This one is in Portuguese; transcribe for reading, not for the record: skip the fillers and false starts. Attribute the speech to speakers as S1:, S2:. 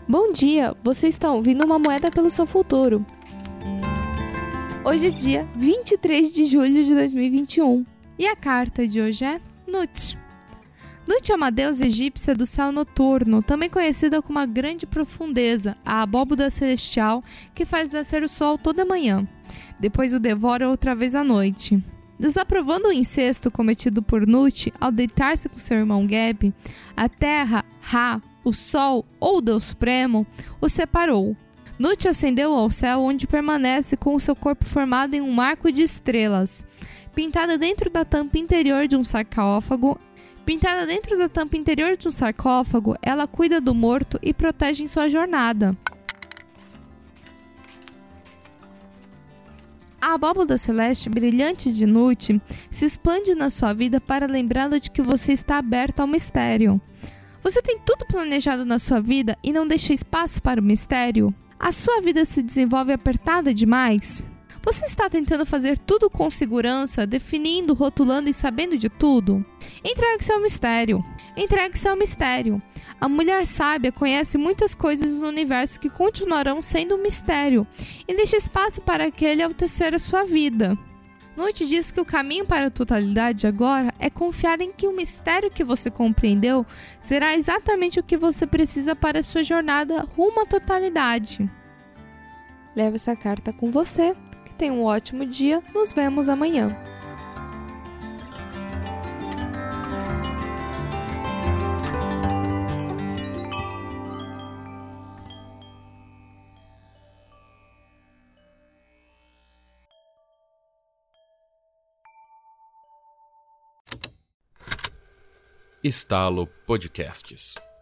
S1: Bom dia, você está ouvindo Uma Moeda pelo Seu Futuro. Hoje é dia 23 de julho de 2021 e a carta de hoje é Nut. Nut é uma deusa egípcia do céu noturno, também conhecida como a Grande Profundeza, a abóbora celestial que faz nascer o sol toda manhã, depois o devora outra vez à noite. Desaprovando o incesto cometido por Nut ao deitar-se com seu irmão Geb, a terra, Ra, o sol ou Deus Supremo, o separou. Nut ascendeu ao céu, onde permanece com o seu corpo formado em um arco de estrelas. Pintada dentro da tampa interior de um sarcófago, ela cuida do morto e protege em sua jornada. A abóbora celeste brilhante de Nut se expande na sua vida para lembrá-lo de que você está aberto ao mistério. Você tem tudo planejado na sua vida e não deixa espaço para o mistério? A sua vida se desenvolve apertada demais? Você está tentando fazer tudo com segurança, definindo, rotulando e sabendo de tudo? Entregue-se ao mistério. Entregue-se ao mistério. A mulher sábia conhece muitas coisas no universo que continuarão sendo um mistério e deixa espaço para que ele altecer a sua vida. Nut diz que o caminho para a totalidade agora é confiar em que o mistério que você compreendeu será exatamente o que você precisa para a sua jornada rumo à totalidade. Leve essa carta com você. Que tenha um ótimo dia. Nos vemos amanhã.
S2: Estalo Podcasts.